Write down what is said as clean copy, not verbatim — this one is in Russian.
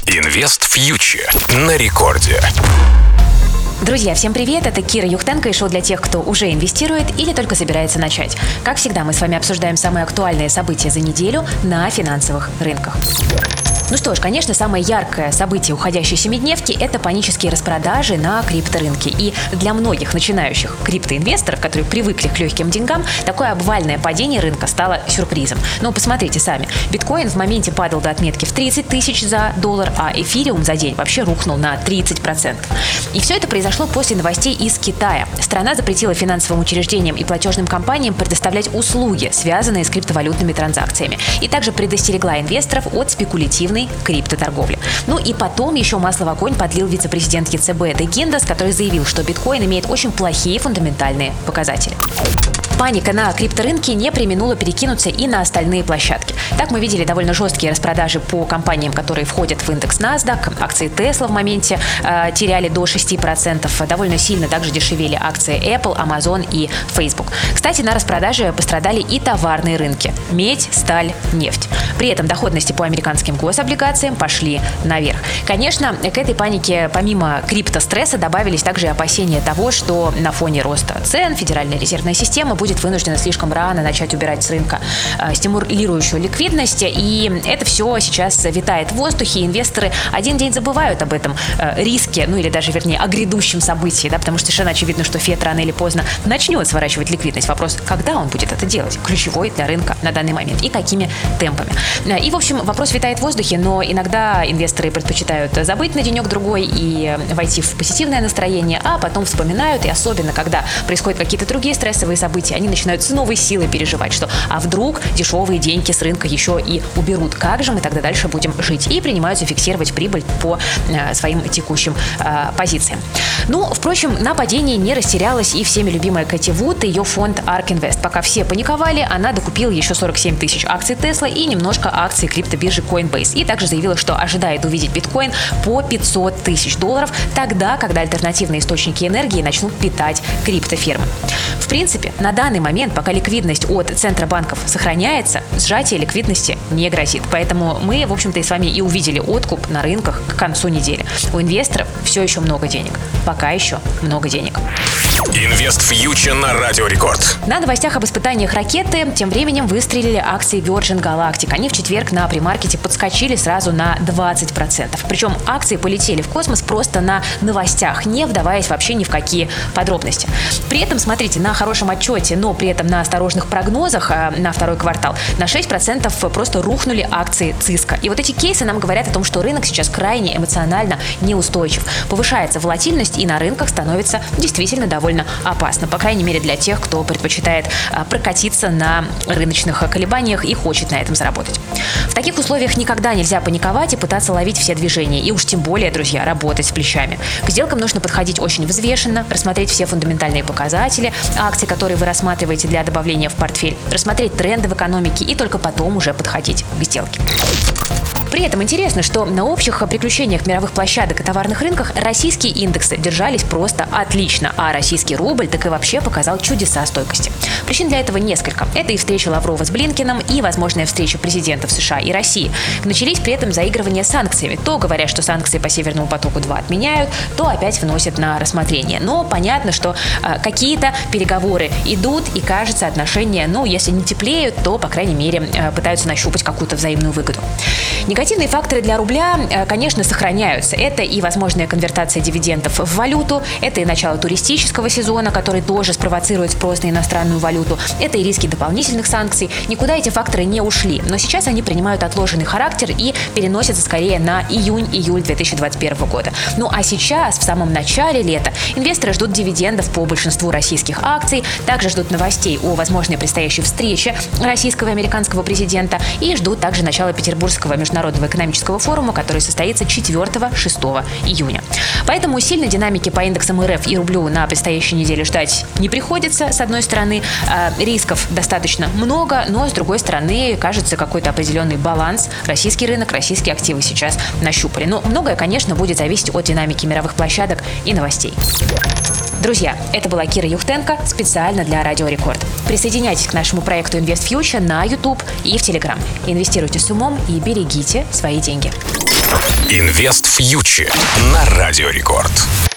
Инвест Фьючер на рекорде. Друзья, всем привет! Это Кира Юхтенко и шоу для тех, кто уже инвестирует или только собирается начать. Как всегда, мы с вами обсуждаем самые актуальные события за неделю на финансовых рынках. Ну что ж, конечно, самое яркое событие уходящей семидневки – это панические распродажи на крипторынке. И для многих начинающих криптоинвесторов, которые привыкли к легким деньгам, такое обвальное падение рынка стало сюрпризом. Но посмотрите сами. Биткоин в моменте падал до отметки в 30 тысяч за доллар, а эфириум за день вообще рухнул на 30%. И все это произошло после новостей из Китая. Страна запретила финансовым учреждениям и платежным компаниям предоставлять услуги, связанные с криптовалютными транзакциями. И также предостерегла инвесторов от спекулятивной криптоторговли. Ну и потом еще масло в огонь подлил вице-президент ЕЦБ Де Гиндас, который заявил, что биткоин имеет очень плохие фундаментальные показатели. Паника на крипторынке не преминула перекинуться и на остальные площадки. Так мы видели довольно жесткие распродажи по компаниям, которые входят в индекс NASDAQ. Акции Tesla в моменте теряли до 6%. Довольно сильно также дешевели акции Apple, Amazon и Facebook. Кстати, на распродаже пострадали и товарные рынки – медь, сталь, нефть. При этом доходности по американским гособлигациям пошли наверх. Конечно, к этой панике помимо криптостресса добавились также и опасения того, что на фоне роста цен Федеральная резервная система будет вынуждена слишком рано начать убирать с рынка стимулирующую ликвидность. И это все сейчас витает в воздухе. Инвесторы один день забывают об этом риске, ну или даже, вернее, о грядущем событии, да, потому что совершенно очевидно, что Фед рано или поздно начнет сворачивать ликвидность. Вопрос, когда он будет это делать, ключевой для рынка на данный момент и какими темпами. И, в общем, вопрос витает в воздухе, но иногда инвесторы предпочитают забыть на денек-другой и войти в позитивное настроение, а потом вспоминают, и особенно, когда происходят какие-то другие стрессовые события, они начинают с новой силой переживать, что а вдруг дешевые деньги с рынка еще и уберут, как же мы тогда дальше будем жить, и принимаются фиксировать прибыль по своим текущим позициям. Ну, впрочем, на падении не растерялась и всеми любимая Кэти Вуд и ее фонд ARK Invest. Пока все паниковали, она докупила еще 47 тысяч акций Tesla и немножко акций криптобиржи Coinbase. И также заявила, что ожидает увидеть биткоин по $500 тысяч, тогда, когда альтернативные источники энергии начнут питать криптофермы. В принципе, на данный момент, пока ликвидность от центробанков сохраняется, сжатие ликвидности не грозит. Поэтому мы, в общем-то, и с вами и увидели откуп на рынках к концу недели. У инвесторов все еще много денег. Пока еще много денег. Инвест Фьючер на Радио Рекорд. На новостях об испытаниях ракеты тем временем выстрелили акции Virgin Galactic. Они в четверг на премаркете подскочили сразу на 20%. Причем акции полетели в космос просто на новостях, не вдаваясь вообще ни в какие подробности. При этом, смотрите, на хорошем отчете, но при этом на осторожных прогнозах на второй квартал на 6% просто рухнули акции Cisco. И вот эти кейсы нам говорят о том, что рынок сейчас крайне эмоционально неустойчив. Повышается волатильность, и на рынках становится действительно довольно опасно. По крайней мере, для тех, кто предпочитает прокатиться на рыночных колебаниях и хочет на этом заработать. В таких условиях никогда нельзя паниковать и пытаться ловить все движения. И уж тем более, друзья, работать с плечами. К сделкам нужно подходить очень взвешенно, рассмотреть все фундаментальные показатели акций, которые вы рассматриваете для добавления в портфель, рассмотреть тренды в экономике и только потом уже подходить к сделке. При этом интересно, что на общих приключениях мировых площадок и товарных рынках российские индексы держались просто отлично, а российский рубль так и вообще показал чудеса стойкости. Причин для этого несколько. Это и встреча Лаврова с Блинкеном, и возможная встреча президентов США и России. Начались при этом заигрывания санкциями. То говорят, что санкции по Северному потоку-2 отменяют, то опять вносят на рассмотрение. Но понятно, что какие-то переговоры идут, и кажется, отношения, ну, если не теплеют, то, по крайней мере, пытаются нащупать какую-то взаимную выгоду. Негативные факторы для рубля, конечно, сохраняются. Это и возможная конвертация дивидендов в валюту, это и начало туристического сезона, который тоже спровоцирует спрос на иностранную валюту, это и риски дополнительных санкций. Никуда эти факторы не ушли, но сейчас они принимают отложенный характер и переносятся скорее на июнь-июль 2021 года. Ну а сейчас, в самом начале лета, инвесторы ждут дивидендов по большинству российских акций, также ждут новостей о возможной предстоящей встрече российского и американского президента и ждут также начала Петербургского международного экономического форума, который состоится 4-6 июня. Поэтому сильной динамики по индексам РФ и рублю на предстоящей неделе ждать не приходится, с одной стороны. Рисков достаточно много, но с другой стороны, кажется, какой-то определенный баланс. Российский рынок, российские активы сейчас нащупали. Но многое, конечно, будет зависеть от динамики мировых площадок и новостей. Друзья, это была Кира Юхтенко специально для Радио Рекорд. Присоединяйтесь к нашему проекту Инвест Фьючер на YouTube и в Telegram. Инвестируйте с умом и берегите свои деньги. Инвест Фьючер на Радио Рекорд.